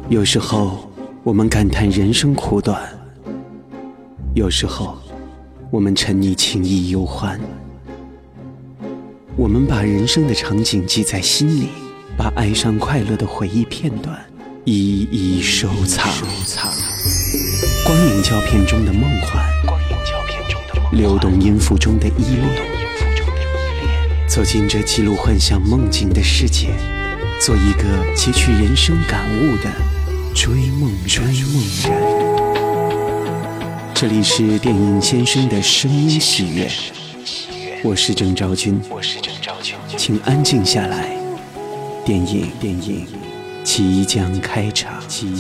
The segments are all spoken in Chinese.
有时候我们感叹人生苦短，有时候我们沉溺情意忧欢。我们把人生的场景记在心里，把哀伤快乐的回忆片段一一收藏。光影胶片中的梦幻，流动音符中的依恋，走进这记录幻想梦境的世界，做一个汲取人生感悟的追梦人。这里是电影先生的声音喜悦，我是郑昭君，请安静下来，电影即将开场。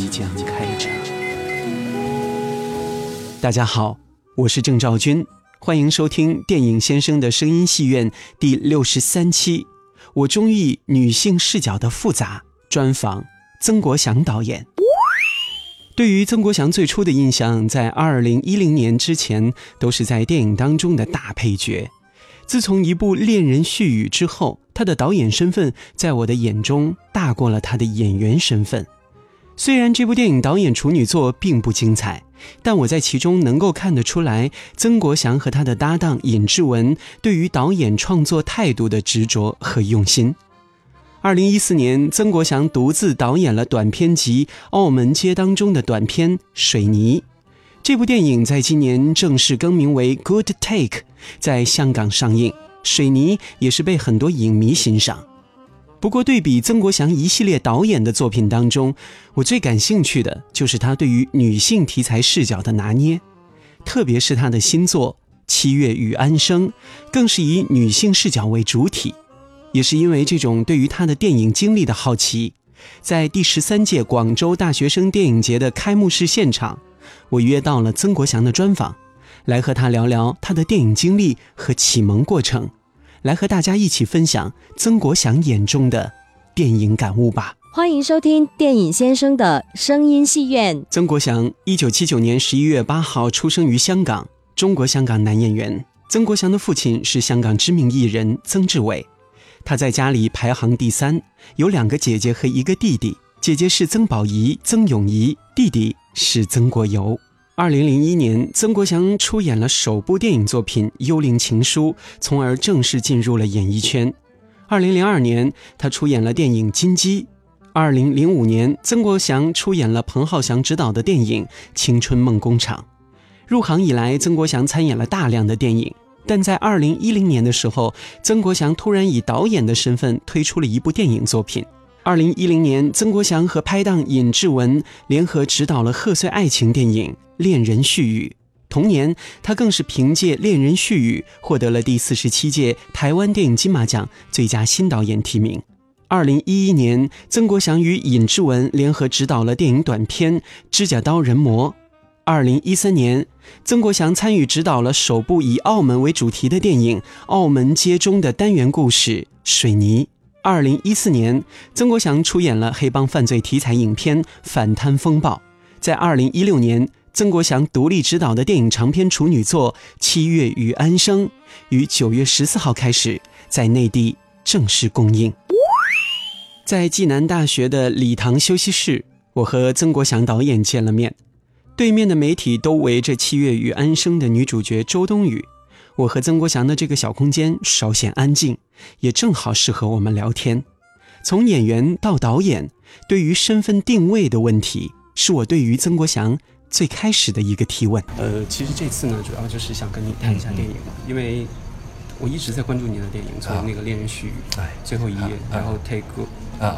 大家好，我是郑昭君，欢迎收听电影先生的声音戏院第63期。我中意女性视角的复杂，专访曾国祥导演。对于曾国祥最初的印象，在2010年之前都是在电影当中的大配角。自从一部《恋人絮语》之后，他的导演身份在我的眼中大过了他的演员身份。虽然这部电影导演处女作并不精彩，但我在其中能够看得出来曾国祥和他的搭档尹志文对于导演创作态度的执着和用心。2014年，曾国祥独自导演了短片集《澳门街》当中的短片《水泥》。这部电影在今年正式更名为 Good Take， 在香港上映。水泥也是被很多影迷欣赏。不过对比曾国祥一系列导演的作品当中，我最感兴趣的就是他对于女性题材视角的拿捏，特别是他的新作《七月与安生》，更是以女性视角为主体。也是因为这种对于他的电影经历的好奇，在第13届广州大学生电影节的开幕式现场，我约到了曾国祥的专访，来和他聊聊他的电影经历和启蒙过程，来和大家一起分享曾国祥眼中的电影感悟吧。 欢迎收听电影先生的声音戏院。 曾国祥1979年11月8号出生于香港，中国香港男演员。曾国祥的父亲是香港知名艺人曾志伟，他在家里排行第3，有2个姐姐和1个弟弟，姐姐是曾宝仪、曾咏仪，弟弟是曾国邮。2001年，曾国祥出演了首部电影作品《幽灵情书》，从而正式进入了演艺圈。2002年，他出演了电影《金鸡》。2005年，曾国祥出演了彭浩翔执导的电影《青春梦工厂》。入行以来，曾国祥参演了大量的电影，但在2010年的时候，曾国祥突然以导演的身份推出了一部电影作品。2010年，曾国祥和拍档尹志文联合执导了贺岁爱情电影《恋人絮语》。同年，他更是凭借《恋人絮语》获得了第47届台湾电影金马奖最佳新导演提名。2011年，曾国祥与尹志文联合执导了电影短片《指甲刀人魔》。2013年，曾国祥参与执导了首部以澳门为主题的电影《澳门街》中的单元故事《水泥》。2014年，曾国祥出演了黑帮犯罪题材影片《反贪风暴》。在2016年，曾国祥独立执导的电影长篇处女作《七月与安生》于9月14号开始在内地正式公映。在暨南大学的礼堂休息室，我和曾国祥导演见了面。对面的媒体都围着《七月与安生》的女主角周冬雨，我和曾国祥的这个小空间稍显安静，也正好适合我们聊天。从演员到导演，对于身份定位的问题，是我对于曾国祥最开始的一个提问。其实这次呢，主要就是想跟你谈一下电影嘛，因为我一直在关注你的电影，从那个《恋人絮语》最后一页，然后 Take Good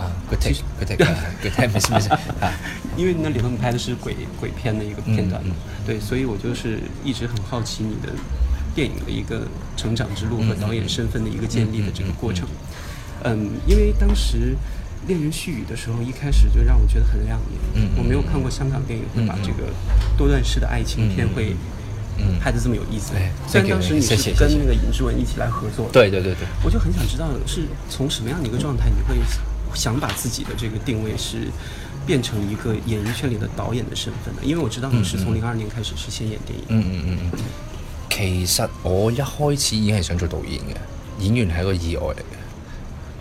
take， 没事因为那里头拍的是鬼片的一个片段嘛，对，所以我就是一直很好奇你的电影的一个成长之路和导演身份的一个建立的这个过程。因为当时《恋人絮语》的时候，一开始就让我觉得很亮眼。我没有看过香港电影会把这个多段式的爱情片会拍得这么有意思。虽然当时你是跟那个尹志文一起来合作，对，我就很想知道是从什么样的一个状态，你会想把自己的这个定位是变成一个演艺圈里的導演的身份呢？因為我知道你是從02年開始是先演電影。 其實我一開始已經係想做導演嘅，演員係一個意外嚟嘅。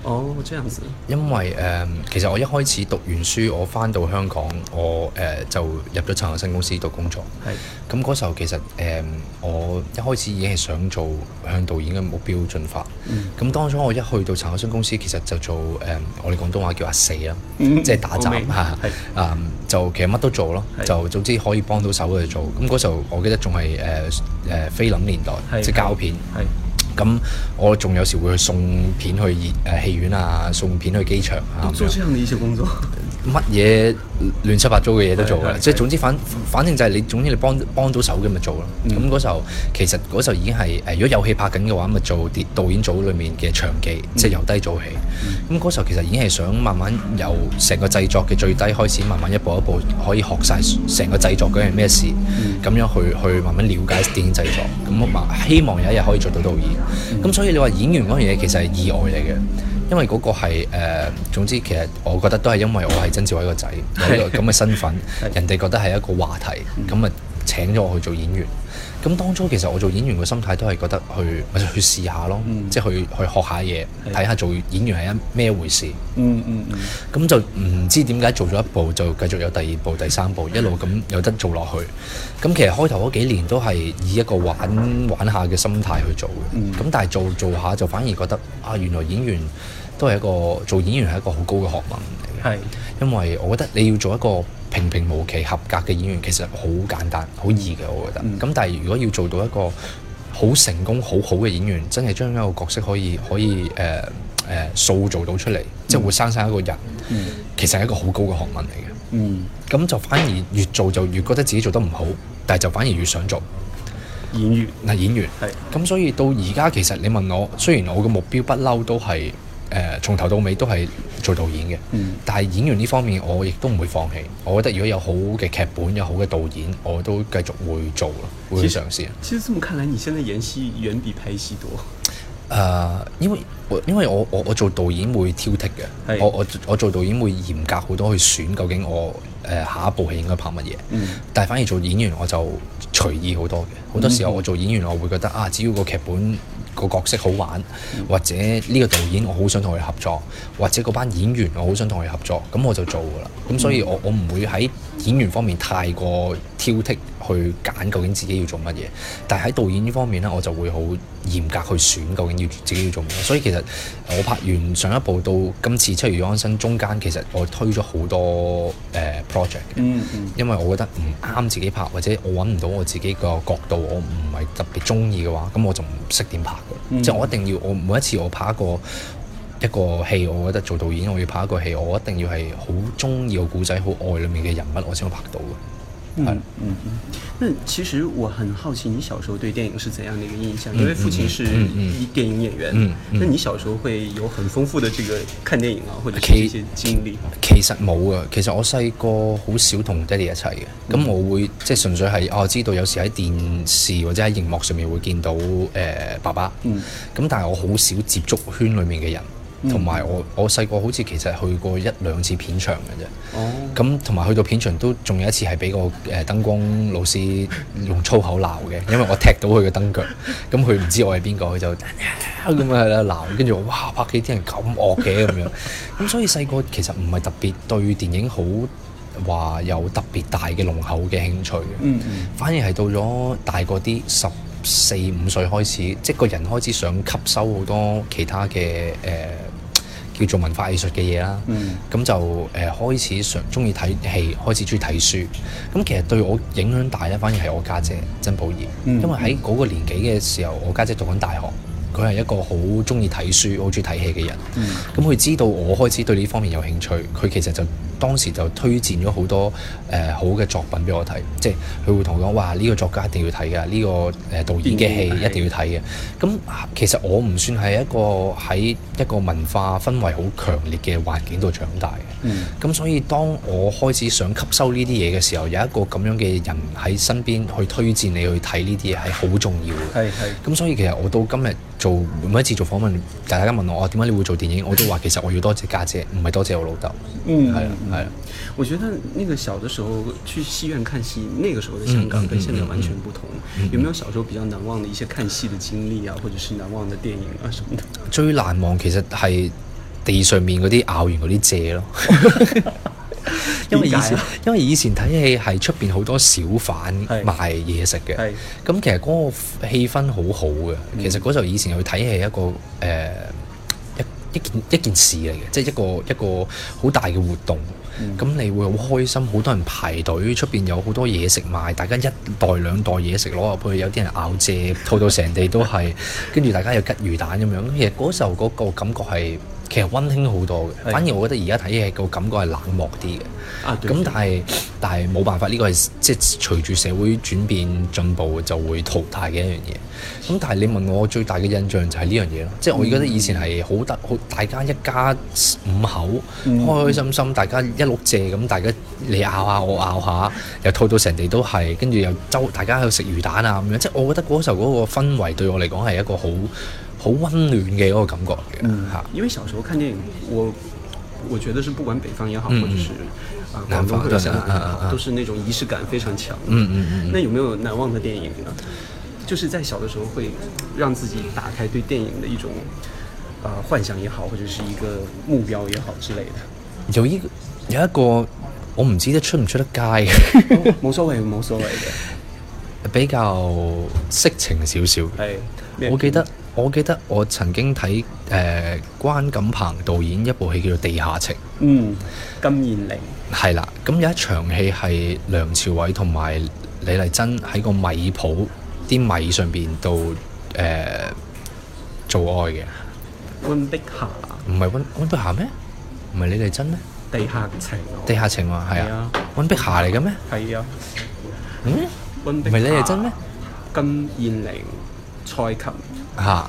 哦，這樣子。 因為其實我一開始讀完書，我翻到香港，我就入咗陳可辛公司度工作。係。咁嗰時候其實我一開始已經係想做向導演嘅目標進發。咁當初我一去到陳可辛公司，其實就做我哋廣東話叫阿四啦，即係打雜嚇。就其實乜都做咯，就總之可以幫到手嘅做。咁嗰時候我記得仲係菲林年代，即係膠片。咁我仲有時會去送片去戲院啊，送片去機場啊。 做這樣的一些工作， 乜嘢亂七八糟嘅嘢都做嘅，即係總之反正就係總之你幫到手嘅咪做咯。咁嗰時候其實嗰時候已經係如果有戲拍緊嘅話，咪做導演組裡面嘅場記，即係由低做起。咁嗰時候其實已經係想慢慢由成個製作嘅最低開始，慢慢一步一步可以學晒成個製作嗰樣咩事，咁樣去慢慢了解電影製作。咁希望有一日可以做到導演。咁所以你話演員嗰樣嘢其實係意外嚟嘅，因為嗰個係總之其實我覺得都係因為我係曾志偉個仔，有呢個咁嘅身份，人哋覺得係一個話題，咁啊請咗我去做演員。咁當初其實我做演員嘅心態都係覺得去試下咯，即係去學下嘢，睇下做演員係咩回事。咁就唔知點解做咗一步就繼續有第二步、第三步，一路咁有得做落去。咁其實開頭嗰幾年都係以一個玩下嘅心態去做嘅。咁但係做下就反而覺得原來演員都係做演員係一個好高嘅學問嚟嘅。因為我覺得你要做一個平平無奇合格嘅演員，其實好簡單、好易嘅，我覺得。咁但係如果要做到一個好成功、好好嘅演員，真係將一個角色可以塑造到出嚟，即係活生生一個人，其實係一個好高嘅學問嚟嘅。咁就反而越做就越覺得自己做得唔好，但係就反而越想做演員。咁所以到而家其實你問我，雖然我嘅目標不嬲都係從頭到尾都係做導演嘅，但係演員呢方面我亦都唔會放棄。我覺得如果有好嘅劇本、有好嘅導演，我都繼續會做咯，會去嘗試。 其實這麼看來，你現在演戲遠比拍戲多。 因為我做導演會挑剔嘅，我做導演會嚴格好多去選究竟我下一部戲應該拍乜嘢。但係反而做演員我就隨意好多嘅。好多時候我做演員我會覺得只要個劇本個角色好玩，或者呢個導演我好想同佢合作，或者嗰班演員我好想同佢合作，咁我就做㗎啦。咁所以我唔會喺演員方面太過挑剔去揀究竟自己要做乜嘢，但係喺導演呢方面呢，我就會好嚴格去選究竟自己要做乜。所以其實我拍完上一部到今次七月與安生中間，其實我推咗好多project 嘅，因為我覺得唔啱自己拍，或者我揾唔到我自己個角度，我唔係特別中意嘅話，咁我就唔識點拍嘅。即係我一定要我每一次我拍一個戲，我覺得做導演我要拍一個戲，我一定要係好中意個故仔，好愛裡面嘅人物，我先會拍到嘅。 那其實我很好奇，你小時候對電影是怎樣的一個印象？因為父親是電影演員，那你小時候會有很豐富的這個看電影啊，或者是這些經歷？ 其實冇啊，其實我細個好少同爹哋一齊嘅，咁我會即係純粹係我知道有時喺電視或者喺熒幕上面會見到爸爸，咁但係我好少接觸圈裡面嘅人。同埋我細個好似其實去過1、2次片場嘅啫，咁同埋去到片場都仲有一次係俾個燈光老師用粗口鬧嘅，因為我踢到佢嘅燈腳，咁佢唔知我係邊個，佢就咁喺度鬧，跟住我哇拍戲啲人咁惡嘅咁樣，咁所以細個其實唔係特別對電影好話有特別大嘅濃厚嘅興趣嘅，反而係到咗大個啲14、15歲開始，即係個人開始想吸收好多其他嘅叫做文化藝術嘅嘢啦，咁就開始中意睇戲，開始中意睇書。咁其實對我影響大咧，反而係我家姐曾寶儀，因為喺嗰個年紀嘅時候，我家姐讀緊大學，佢係一個好中意睇書、好中意睇戲嘅人。咁佢知道我開始對呢方面有興趣，佢其實就當時就推薦咗好多好嘅作品俾我睇，即係佢會同我講話呢個作家一定要睇㗎，呢個導演嘅戲一定要睇嘅。咁其實我唔算係一個喺一個文化氛圍好強烈嘅環境度長大嘅。咁所以當我開始想吸收呢啲嘢嘅時候，有一個咁樣嘅人喺身邊去推薦你去睇呢啲嘢係好重要嘅。咁所以其實我到今日每一次做訪問，大家問我點解你會做電影，我都話其實我要多謝家姐，唔係多謝我老豆。 我覺得那個小的時候去戲院看戲，那個時候的香港跟現在完全不同。有沒有小時候比較難忘的一些看戲的經歷啊，或者是難忘的電影啊什麼的？ 最難忘其實係地上面嗰啲咬完嗰啲蔗咯。因為以前睇戲係出邊好多小販賣嘢食嘅，咁其實嗰個氣氛好好嘅。其實嗰時候以前去睇戲係一個一件事嚟嘅，即係一個好大嘅活動。咁你會好開心，好多人排隊，出邊有好多嘢食賣，大家一袋兩袋嘢食攞入去，有啲人咬蔗，吐到成地都係，跟住大家有吉魚蛋咁樣。其實嗰時候嗰個感覺係其實溫馨好多嘅，反而我覺得而家睇戲個感覺係冷漠啲嘅。咁但係冇辦法，呢個係即係隨住社會轉變進步就會淘汰嘅一樣嘢。咁但係你問我最大嘅印象就係呢樣嘢咯，即係我覺得以前係好大家一家五口開開心心，大家一碌蔗咁，大家你咬下我咬下，又吐到成地都係，跟住又大家喺度食魚蛋啊咁樣，即係我覺得嗰時候嗰個氛圍對我嚟講係一個好溫暖嘅一個感覺嘅。 因為小時候看電影，我覺得是不管北方也好，或者是廣東或者香港也好，都是那種儀式感非常強。那有沒有難忘的電影呢？就是在小的時候會讓自己打開對電影的一種幻想也好，或者是一個目標也好之類的。 有一個我唔知得出唔出得街嘅， 冇所謂嘅，比較色情少少。我記得我曾經睇關錦鵬導演一部戲叫做《地下情》。金燕玲係啦，咁有一場戲係梁朝偉同埋李麗珍喺個米鋪啲米上邊度做愛嘅。 溫碧霞唔係溫碧霞咩？唔係李麗珍咩？地下情啊，係啊，溫碧霞嚟嘅咩？係啊，唔係李麗珍咩？ 金燕玲、蔡琴嚇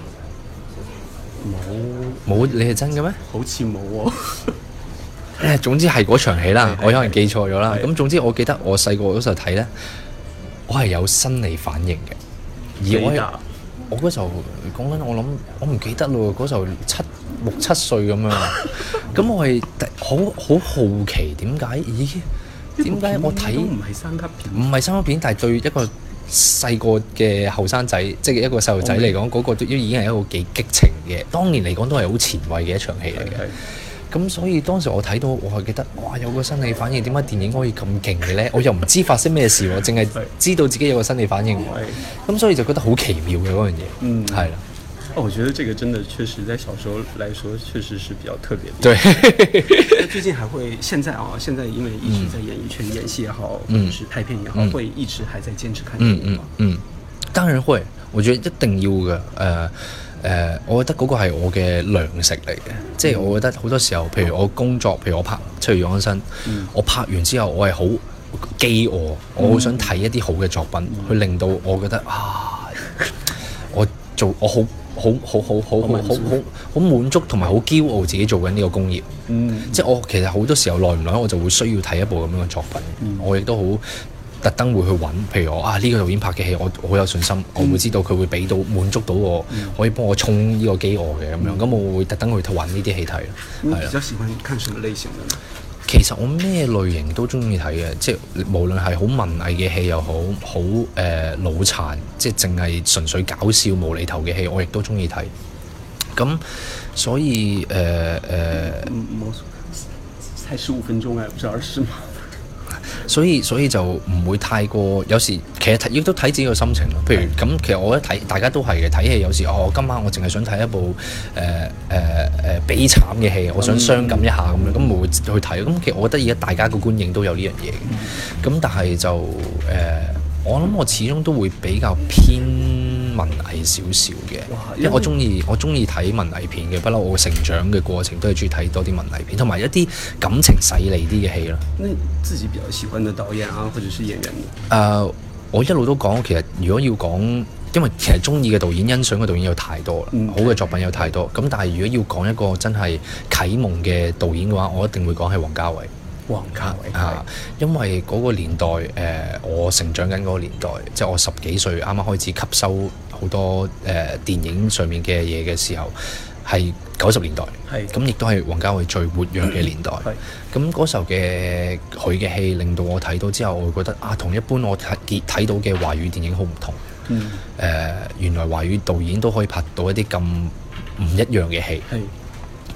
冇李麗珍嘅咩？ 好似冇喎。 總之係嗰場戲啦，我可能記錯咗啦。咁總之我記得我細個嗰時候睇咧，我係有生理反應嘅。而我嗰時候講緊，我唔記得咯。嗰時候六七歲咁樣，咁我係好好奇點解？點解我睇唔係三級片？ 唔係三級片，但係對一個細個嘅後生仔，即係一個細路仔嚟講，嗰個都已經係一個幾激情嘅。當年嚟講都係好前衛嘅一場戲嚟嘅。咁所以當時我睇到，我係記得哇，有個生理反應，點解電影可以咁勁嘅咧？我又唔知發生咩事喎，淨係知道自己有個生理反應。咁所以就覺得好奇妙嘅嗰樣嘢。係啦。 我覺得這個真的確實在小時候來說，確實是比較特別的。 對。 最近還會現在因為一直在演藝圈演戲也好，或者是拍片也好，會一直還在堅持看電影嗎？ 當然會，我覺得一定要嘅。我覺得嗰個係我嘅糧食嚟嘅，即係我覺得好多時候，譬如我工作，譬如我拍《七月與安生》，我拍完之後，我係好飢餓，我好想睇一啲好嘅作品，去令到我覺得我好滿足同埋好驕傲自己做緊呢個工業。即係我其實好多時候耐唔耐我就會需要睇一部咁樣嘅作品。我亦都好特登會去揾，譬如我呢個導演拍嘅戲，我好有信心，我會知道佢會俾到滿足到我，可以幫我衝呢個飢餓嘅咁樣。咁我會特登去揾呢啲戲睇。 你比較喜歡看什麼類型嘅？ 其實我咩類型都中意睇嘅，即係無論係好文藝嘅戲又好，好腦殘，即係淨係純粹搞笑無厘頭嘅戲，我亦都中意睇。咁所以才15分鐘不是20嗎？ 所以就唔會太過，有時其實亦都睇自己個心情咯。譬如咁，其實我覺得大家都係嘅，睇戲有時今晚我淨係想睇一部悲慘嘅戲，我想傷感一下咁樣，咁我會去睇。咁其實我覺得而家大家個觀影都有呢樣嘢嘅。咁但係就我諗我始終都會比較偏文藝少少嘅，因為我中意睇文藝片嘅，不嬲我成長嘅過程都係中意睇多啲文藝片，同埋一啲感情細膩啲嘅戲啦。 那你自己比較喜歡嘅導演啊，或者是演員？ 我一路都講，其實如果要講，因為其實中意嘅導演、欣賞嘅導演有太多啦，好嘅作品有太多。咁但係如果要講一個真係啟蒙嘅導演嘅話，我一定會講係王家衛。因為嗰個年代，我成長緊嗰個年代，即係我10幾歲啱啱開始吸收好多電影上面嘅嘢嘅時候，係90年代，咁亦都係王家衛最活躍嘅年代。咁嗰時候嘅佢嘅戲令到我睇到之後，我會覺得同一般我睇到嘅華語電影好唔同。原來華語導演都可以拍到一啲咁唔一樣嘅戲。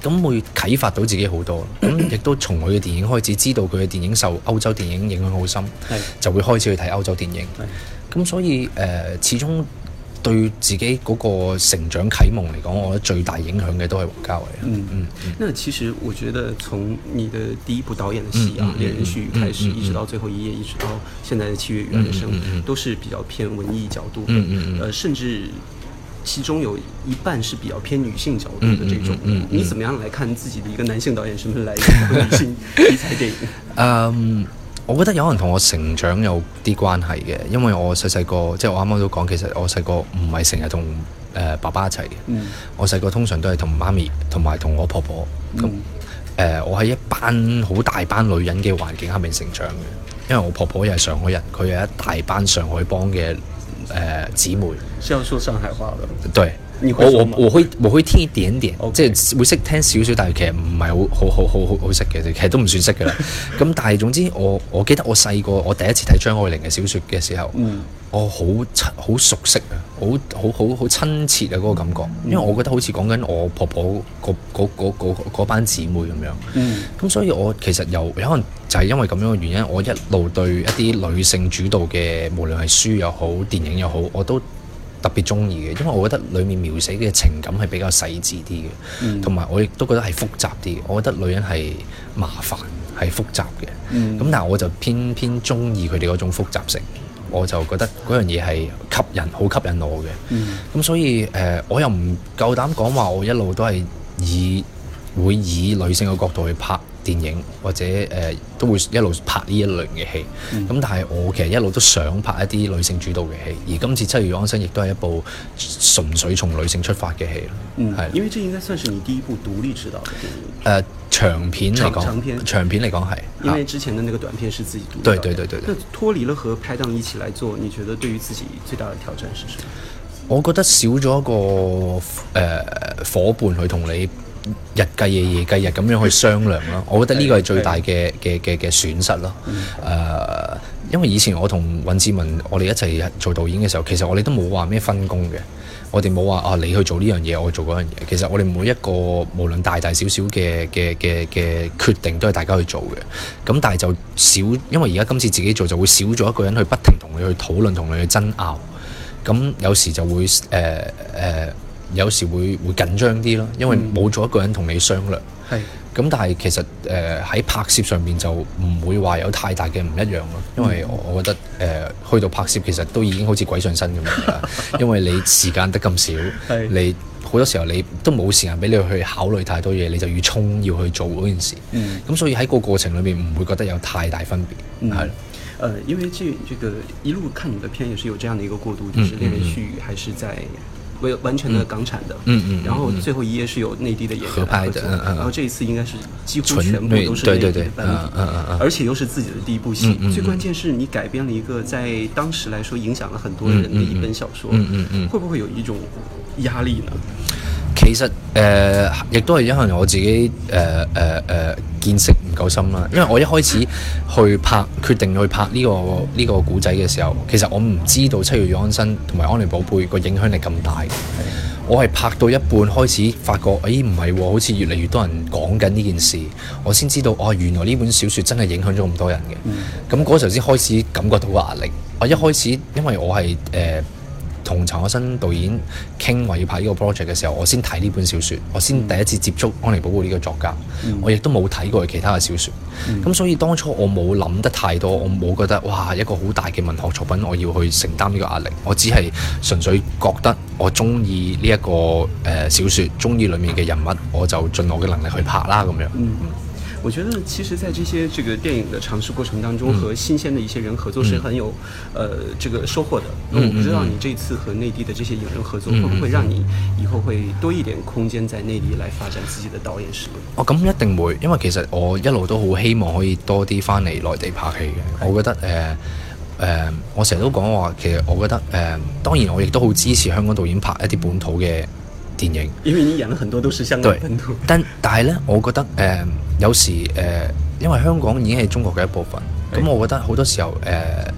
咁會啟發到自己好多。咁亦都從佢嘅電影開始知道佢嘅電影受歐洲電影影響好深，就會開始去睇歐洲電影。咁所以始終對自己嗰個成長啟蒙嚟講，我覺得最大影響嘅都係王家衛。 那其實我覺得從你的第一部導演的戲啊，《戀人絮語》開始，一直到最後一夜，一直到現在的《七月與安生》，都是比較偏文藝角度的，甚至其中有一半是比較偏女性角度的這種。你怎麼樣來看自己的一個男性導演身份來女性題材電影？ 我覺得有可能同我成長有啲關係嘅，因為我細個即係我啱啱都講，其實我細個唔係成日同爸爸一齊嘅。我細個通常都係同媽咪同埋同我婆婆咁。我喺一班好大班女人嘅環境下面成長嘅，因為我婆婆又係上海人，佢有一大班上海幫嘅姊妹。 是要說上海話的？ 對。我會聽一點點，即係會識聽少少，但係其實唔係好識嘅，其實都唔算識嘅啦。咁但係總之我記得我細個我第一次睇張愛玲嘅小説嘅時候，我好熟悉啊，好親切啊嗰個感覺，因為我覺得好似講緊我婆婆嗰班姊妹咁樣。咁所以我其實有可能就係因為咁樣嘅原因，我一路對一啲女性主導嘅無論係書又好電影又好，我都特別中意嘅，因為我覺得裡面描寫嘅情感係比較細緻啲嘅，同埋我亦都覺得係複雜啲嘅。我覺得女人係麻煩係複雜嘅，咁但係我就偏中意佢哋嗰種複雜性，我就覺得嗰樣嘢係好吸引我嘅。咁所以我又唔夠膽講話我一路都係會以女性嘅角度去拍電影，或者都會一路拍呢一類嘅戲。咁但係我其實一路都想拍一啲女性主導嘅戲，而今次《七月與安生》亦都係一部純粹從女性出發嘅戲。 係，因為這應該算是你第一部獨立執導嘅電影。 長片嚟講，長片嚟講係。因為之前的那個短片是自己獨立。 對。 那脫離了和拍檔一起來做，你覺得對於自己最大的挑戰是什麼？ 我覺得少咗一個夥伴去同你日計夜夜計日咁樣去商量咯，我覺得呢個係最大嘅損失咯。因為以前我同尹志文我哋一齊做導演嘅時候，其實我哋都冇話咩分工嘅，我哋冇話你去做呢樣嘢，我去做嗰樣嘢。其實我哋每一個無論大大小小嘅決定都係大家去做嘅。咁但係就少，因為而家今次自己做就會少咗一個人去不停同你去討論，同你去爭拗。咁有時就會有時會緊張啲咯，因為冇咗一個人同你商量。咁但係其實喺拍攝上面就唔會話有太大嘅唔一樣咯，因為我覺得去到拍攝其實都已經好似鬼上身咁樣啦，因為你時間得咁少，你好多時候你都冇時間俾你去考慮太多嘢，你就要衝要去做嗰件事。咁所以喺個過程裏面唔會覺得有太大分別，係。 因為這個一路看你的片也是有這樣的一個過渡，就是《戀人絮語》還是在完全的港產的，然後最後一夜是有內地的演員合拍的，然後這一次應該是幾乎全部都是內地的班底，而且又是自己的第一部戲。最關鍵是你改編了一個在當時來說影響了很多人的一本小說，會不會有一種壓力呢？ 其實亦都係因為我自己見識唔夠深啦，因為我一開始決定去拍呢個古仔嘅時候，其實我唔知道《七月與安生》同埋《安妮寶貝》個影響力咁大。我係拍到一半開始發覺，唔係喎，好似越嚟越多人講緊呢件事，我先知道原來呢本小説真係影響咗咁多人嘅。咁嗰時候先開始感覺到個壓力。我一開始因為我係同陳可辛導演傾話要拍呢個 project 嘅時候，我先睇呢本小説，我先第一次接觸安妮寶貝呢個作家，我亦都冇睇過其他嘅小説。咁所以當初我冇諗得太多，我冇覺得哇一個好大嘅文學作品我要去承擔呢個壓力，我只係純粹覺得我中意呢一個小説，中意裡面嘅人物，我就盡我嘅能力去拍啦咁樣。 我覺得其實在這些這個電影的嘗試過程當中，和新鮮的一些人合作是很有這個收穫的。我不知道你這次和內地的這些影人合作，會不會讓你以後會多一點空間在內地來發展自己的導演事業？ 咁一定會，因為其實我一路都好希望可以多啲返嚟內地拍戲嘅。我覺得我成日都講話，其實我覺得當然我亦都好支持香港導演拍一啲本土嘅電影， 因為你演了很多都是香港本土。 但係呢，我覺得有時因為香港已經係中國嘅一部分，咁我覺得好多時候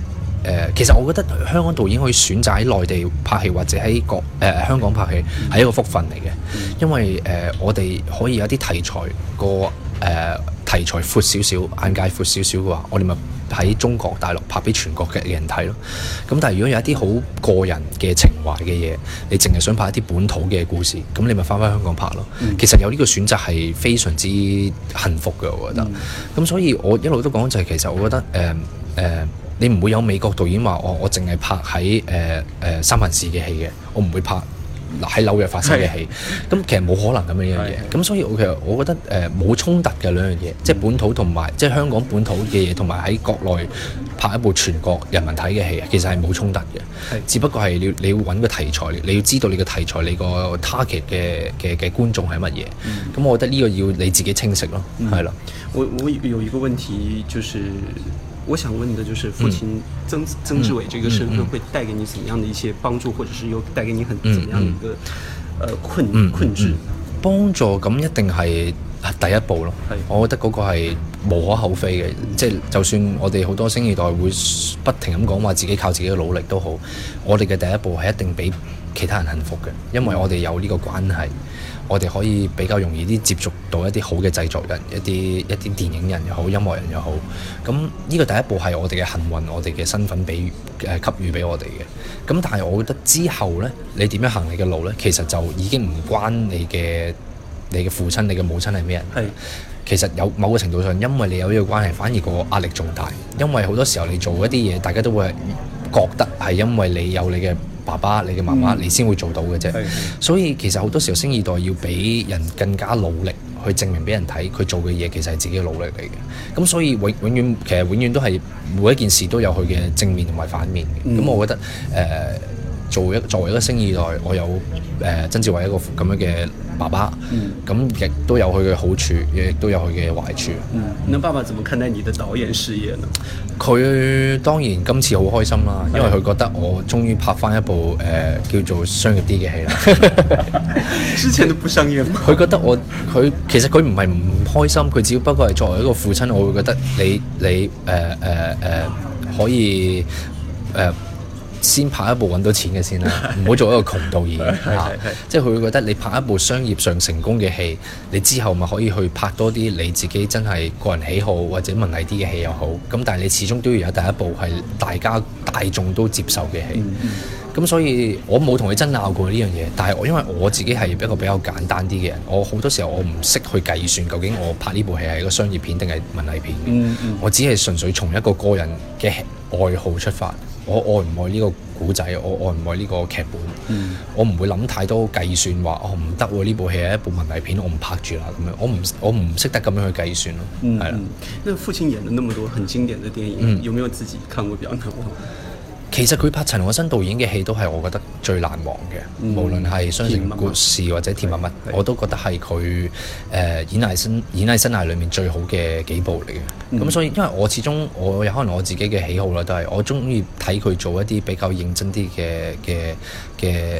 其實我覺得香港導演可以選擇喺內地拍戲或者喺香港拍戲係一個福分嚟嘅，因為我哋可以有啲題材題材闊少少，眼界闊少少嘅話，我哋咪喺中國大陸拍俾全國嘅人睇咯。咁但係如果有一啲好個人嘅情懷嘅嘢，你淨係想拍一啲本土嘅故事，咁你咪翻香港拍咯。其實有呢個選擇係非常之幸福嘅，我覺得。咁所以我一路都講就係其實我覺得你唔會有美國導演話我淨係拍喺三藩市嘅戲嘅，我唔會拍喺紐約發生嘅戲，咁其實冇可能咁樣嘢，咁所以其實我覺得冇衝突嘅兩樣嘢，即係本土同埋即係香港本土嘅嘢，同埋喺國內拍一部全國人民睇嘅戲，其實係冇衝突嘅，只不過係你要揾個題材，你要知道你嘅題材，你個 target 嘅觀眾係乜嘢，咁我覺得呢個要你自己清晰咯，係啦。 我有一個問題就是我想問的就是父親曾志偉這個身份會帶給你怎麼樣的一些幫助，或者是又帶給你怎麼樣的一個困質？ 幫助咁一定係第一步咯，我覺得嗰個係無可厚非嘅，即係就算我哋好多星二代會不停咁講話自己靠自己嘅努力都好，我哋嘅第一步係一定比其他人幸福嘅，因為我哋有呢個關係。我哋可以比較容易啲接觸到一啲好嘅製作人，一啲電影人又好，音樂人又好。咁呢個第一步係我哋嘅幸運，我哋嘅身份給予俾我哋嘅。咁但係我覺得之後呢，你點樣行你嘅路呢？其實就已經唔關你嘅父親、你嘅母親係咩人。其實有某個程度上，因為你有呢個關係，反而個壓力仲大。因為好多時候你做一啲嘢，大家都會覺得係因為你有你嘅爸爸、你嘅媽媽，你先會做到嘅啫。所以其實好多時候星二代要比人更加努力去證明俾人睇，佢做嘅嘢其實係自己嘅努力嚟嘅。咁所以永遠都係每一件事都有佢嘅正面同埋反面嘅。咁我覺得作為一個星二代，我有曾志偉一個咁樣嘅爸爸，咁亦都有佢嘅好處，亦都有佢嘅壞處。 那爸爸怎麼看待你的導演事業呢？ 佢當然今次好開心啦，因為佢覺得我終於拍翻一部叫做商業啲嘅戲啦。 之前都不商業嘛。 佢覺得其實佢唔係唔開心，佢只不過係作為一個父親，我會覺得你可以先拍一部揾到錢嘅先啦，唔好做一個窮導演即係佢會覺得你拍一部商業上成功嘅戲，你之後咪可以去拍多啲你自己真係個人喜好或者文藝啲嘅戲又好。咁但係你始終都要有第一部係大眾都接受嘅戲。咁所以我冇同佢爭拗過呢樣嘢，但係因為我自己係一個比較簡單啲嘅人，我好多時候我唔識去計算究竟我拍呢部戲係一個商業片定係文藝片嘅。我只係純粹從一個個人嘅愛好出發。我愛唔愛呢個古仔，我愛唔愛呢個劇本，我唔會諗太多計算話唔得喎，呢部戲係一部文藝片，我唔拍住啦咁樣，我唔識得咁樣去計算咯，係啦。 那父親演了那麼多很經典的電影，有沒有自己看過比較難忘？ 其實佢拍陳可辛導演嘅戲都係我覺得最難忘嘅，無論係《雙城故事》或者《甜蜜蜜》，我都覺得係佢演藝生涯裏面最好嘅幾部嚟嘅。咁所以因為我始終我有可能我自己嘅喜好啦，都係我中意睇佢做一啲比較認真啲嘅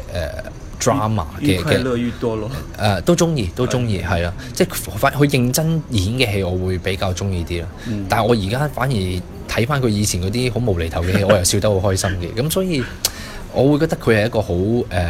drama 嘅快樂愈多咯。 都中意係啦，即係佢認真演嘅戲，我會比較中意啲啦。但係我而家反而睇翻佢以前嗰啲好無厘頭嘅戲，我又笑得好開心嘅。咁所以我會覺得佢係一個好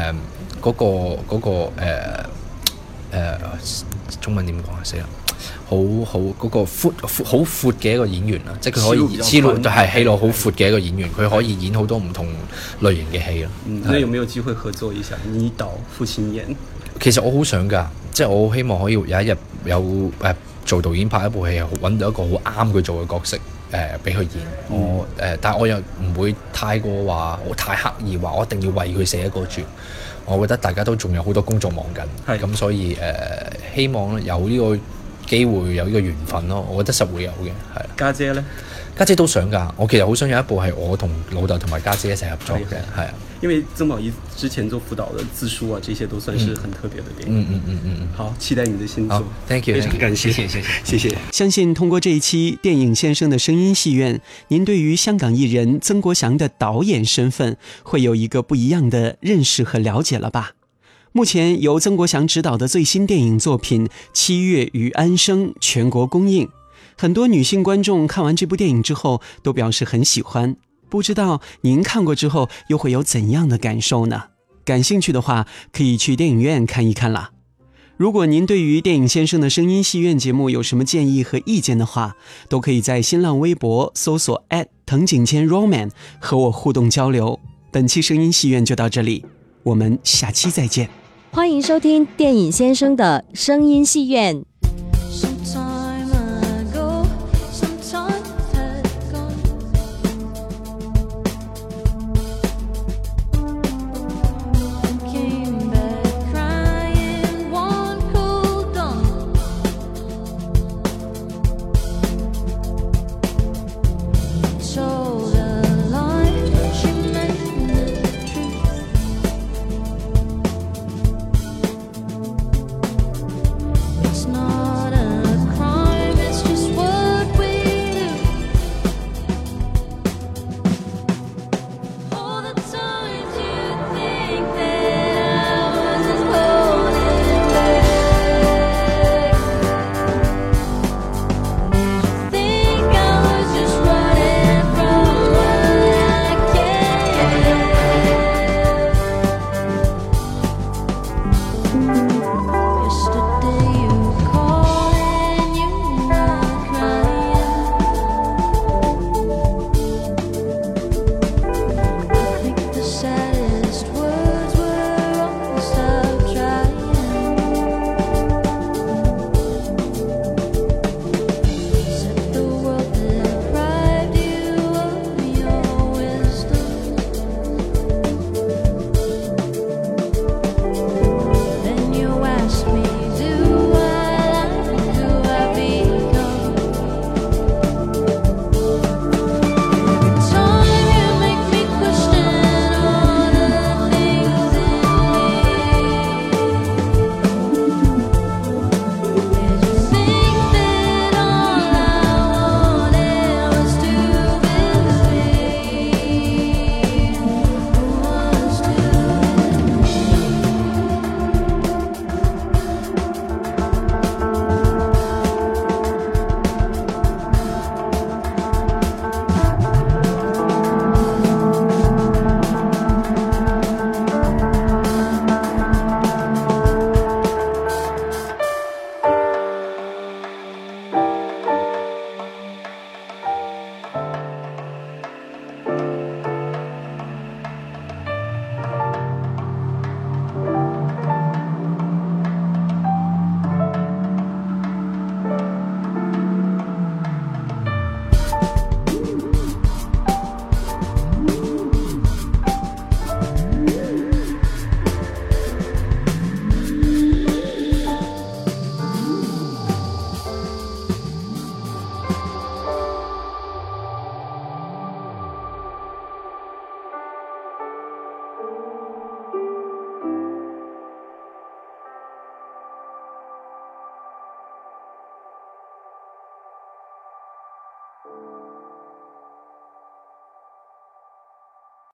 中文點講啊？死啦！好嗰個好闊嘅一個演員啦，即係佢可以戲路好闊嘅一個演員，佢可以演好多唔同類型嘅戲咯。 那有沒有機會合作一下？你導父親演？其實我好想㗎，即係我好希望可以有一日有做導演拍一部戲，揾到一個好啱佢做嘅角色。俾佢演，但係我又唔會太過話太刻意話我一定要為佢寫一個傳。我覺得大家都仲有好多工作忙緊，咁所以希望有呢個機會有呢個緣分咯。我覺得實會有嘅，係。家姐呢？家姐都想㗎，我其實好想有一部係我同老豆同埋家姐一齊合作嘅，係啊。因為曾寶儀之前做輔導的自書啊，這些都算是很特別的電影。好，期待你的新作。Thank you， 非常感謝，謝謝。 相信通過這一期電影先生的聲音戲院，您對於香港藝人曾國祥的導演身份會有一個不一樣的認識和了解了吧？目前由曾國祥執導的最新電影作品《七月與安生》全國公映，很多女性觀眾看完這部電影之後都表示很喜歡。 不知道您看过之后又会有怎样的感受呢？感兴趣的话，可以去电影院看一看啦。如果您对于电影先生的声音戏院节目有什么建议和意见的话，都可以在新浪微博搜索藤井千 Roman 和我互动交流。本期声音戏院就到这里，我们下期再见。 欢迎收听电影先生的声音戏院。